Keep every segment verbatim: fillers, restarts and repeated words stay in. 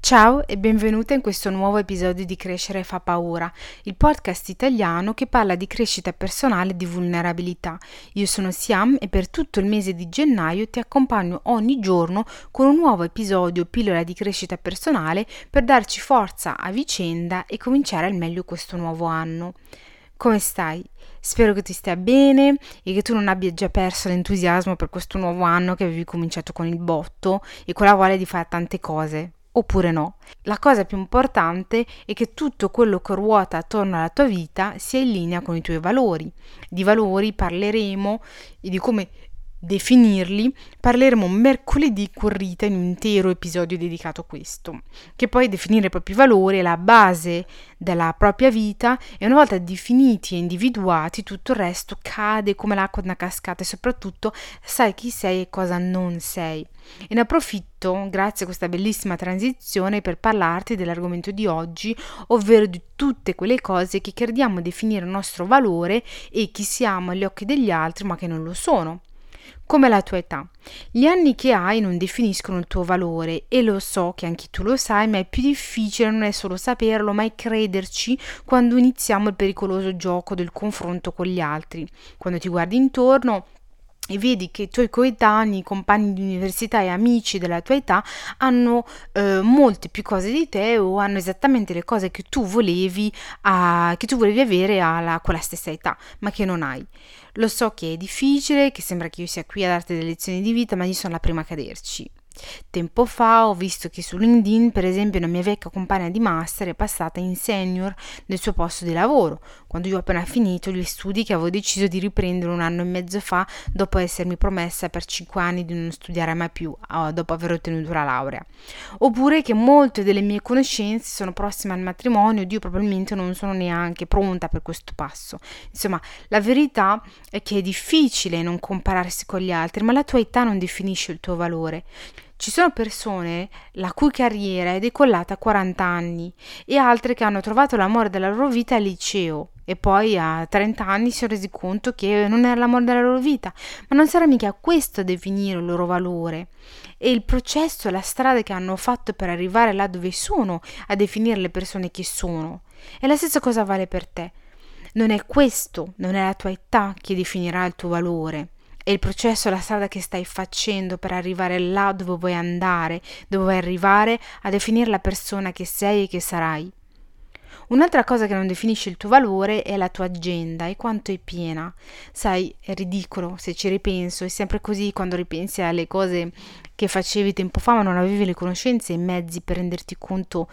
Ciao e benvenuta in questo nuovo episodio di Crescere fa paura, il podcast italiano che parla di crescita personale e di vulnerabilità. Io sono Siam e per tutto il mese di gennaio ti accompagno ogni giorno con un nuovo episodio pillola di crescita personale per darci forza a vicenda e cominciare al meglio questo nuovo anno. Come stai? Spero che ti stia bene e che tu non abbia già perso l'entusiasmo per questo nuovo anno che avevi cominciato con il botto e con la voglia di fare tante cose. Oppure no. La cosa più importante è che tutto quello che ruota attorno alla tua vita sia in linea con i tuoi valori. Di valori parleremo e di come definirli parleremo mercoledì con Rita in un intero episodio dedicato a questo, che poi definire i propri valori è la base della propria vita e una volta definiti e individuati tutto il resto cade come l'acqua da una cascata e soprattutto sai chi sei e cosa non sei. E ne approfitto, grazie a questa bellissima transizione, per parlarti dell'argomento di oggi, ovvero di tutte quelle cose che crediamo definire il nostro valore e chi siamo agli occhi degli altri ma che non lo sono. Come la tua età. Gli anni che hai non definiscono il tuo valore e lo so che anche tu lo sai, ma è più difficile non è solo saperlo, ma è crederci quando iniziamo il pericoloso gioco del confronto con gli altri. Quando ti guardi intorno e vedi che i tuoi coetanei, compagni di università e amici della tua età hanno eh, molte più cose di te o hanno esattamente le cose che tu volevi, a, che tu volevi avere alla, con la stessa età, ma che non hai. Lo so che è difficile, che sembra che io sia qui a darti delle lezioni di vita, ma io sono la prima a caderci. Tempo fa ho visto che su LinkedIn, per esempio, una mia vecchia compagna di master è passata in senior nel suo posto di lavoro, quando io ho appena finito gli studi che avevo deciso di riprendere un anno e mezzo fa dopo essermi promessa per cinque anni di non studiare mai più, dopo aver ottenuto la laurea. Oppure che molte delle mie conoscenze sono prossime al matrimonio ed io probabilmente non sono neanche pronta per questo passo. Insomma, la verità è che è difficile non compararsi con gli altri, ma la tua età non definisce il tuo valore. Ci sono persone la cui carriera è decollata a quaranta anni e altre che hanno trovato l'amore della loro vita al liceo e poi a trenta anni si sono resi conto che non era l'amore della loro vita, ma non sarà mica questo a definire il loro valore. E il processo e la strada che hanno fatto per arrivare là dove sono a definire le persone che sono. E la stessa cosa vale per te. Non è questo, non è la tua età che definirà il tuo valore. È il processo, la strada che stai facendo per arrivare là dove vuoi andare, dove vuoi arrivare a definire la persona che sei e che sarai. Un'altra cosa che non definisce il tuo valore è la tua agenda e quanto è piena. Sai, è ridicolo se ci ripenso, è sempre così quando ripensi alle cose che facevi tempo fa ma non avevi le conoscenze e i mezzi per renderti conto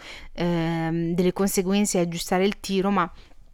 eh, delle conseguenze e aggiustare il tiro, ma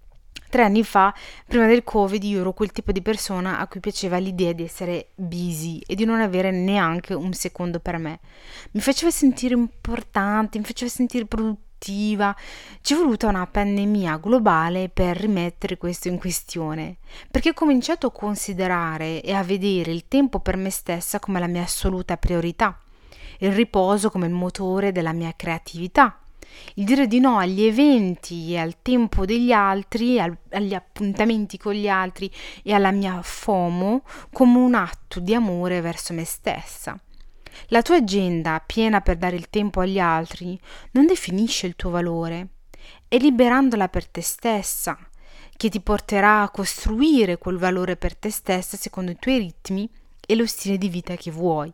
Tre anni fa, prima del Covid, io ero quel tipo di persona a cui piaceva l'idea di essere busy e di non avere neanche un secondo per me. Mi faceva sentire importante, mi faceva sentire produttiva. Ci è voluta una pandemia globale per rimettere questo in questione, perché ho cominciato a considerare e a vedere il tempo per me stessa come la mia assoluta priorità, il riposo come il motore della mia creatività. Il dire di no agli eventi e al tempo degli altri, al, agli appuntamenti con gli altri e alla mia FOMO come un atto di amore verso me stessa. La tua agenda piena per dare il tempo agli altri non definisce il tuo valore, è liberandola per te stessa che ti porterà a costruire quel valore per te stessa secondo i tuoi ritmi e lo stile di vita che vuoi.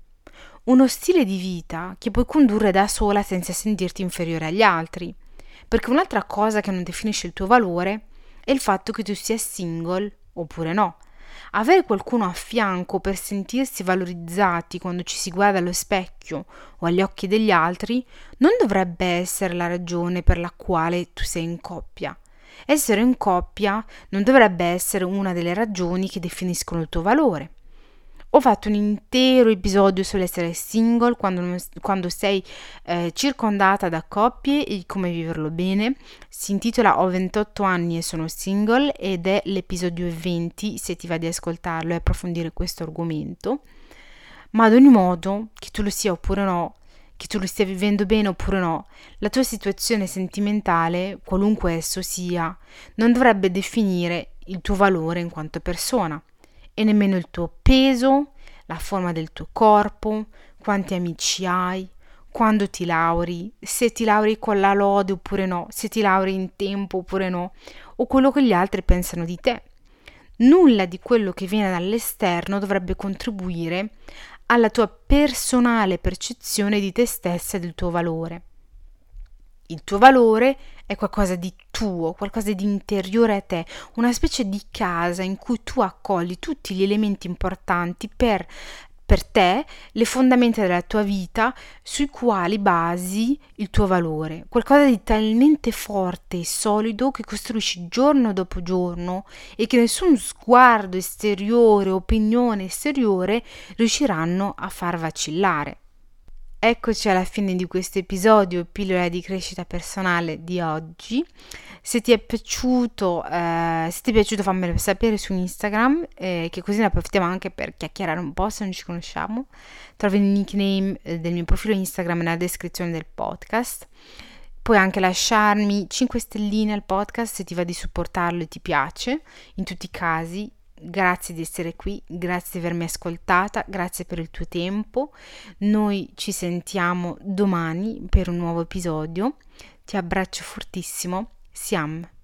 Uno stile di vita che puoi condurre da sola senza sentirti inferiore agli altri, perché un'altra cosa che non definisce il tuo valore è il fatto che tu sia single oppure no. Avere qualcuno a fianco per sentirsi valorizzati quando ci si guarda allo specchio o agli occhi degli altri non dovrebbe essere la ragione per la quale tu sei in coppia. Essere in coppia non dovrebbe essere una delle ragioni che definiscono il tuo valore. Ho fatto un intero episodio sull'essere single quando, quando sei eh, circondata da coppie e come viverlo bene. Si intitola Ho ventotto anni e sono single ed è l'episodio venti se ti va di ascoltarlo e approfondire questo argomento. Ma ad ogni modo, che tu lo sia oppure no, che tu lo stia vivendo bene oppure no, la tua situazione sentimentale, qualunque esso sia, non dovrebbe definire il tuo valore in quanto persona. E nemmeno il tuo peso, la forma del tuo corpo, quanti amici hai, quando ti lauri, se ti lauri con la lode oppure no, se ti lauri in tempo oppure no, o quello che gli altri pensano di te. Nulla di quello che viene dall'esterno dovrebbe contribuire alla tua personale percezione di te stessa e del tuo valore. Il tuo valore è qualcosa di tuo, qualcosa di interiore a te, una specie di casa in cui tu accogli tutti gli elementi importanti per, per te, le fondamenta della tua vita sui quali basi il tuo valore, qualcosa di talmente forte e solido che costruisci giorno dopo giorno e che nessun sguardo esteriore, opinione esteriore riusciranno a far vacillare. Eccoci alla fine di questo episodio pillola di crescita personale di oggi. Se ti è piaciuto, eh, se ti è piaciuto fammelo sapere su Instagram, eh, che così ne approfittiamo anche per chiacchierare un po' se non ci conosciamo. Trovi il nickname del mio profilo Instagram nella descrizione del podcast. Puoi anche lasciarmi cinque stelline al podcast se ti va di supportarlo e ti piace, in tutti i casi. Grazie di essere qui, grazie di avermi ascoltata, grazie per il tuo tempo. Noi ci sentiamo domani per un nuovo episodio. Ti abbraccio fortissimo. Siam.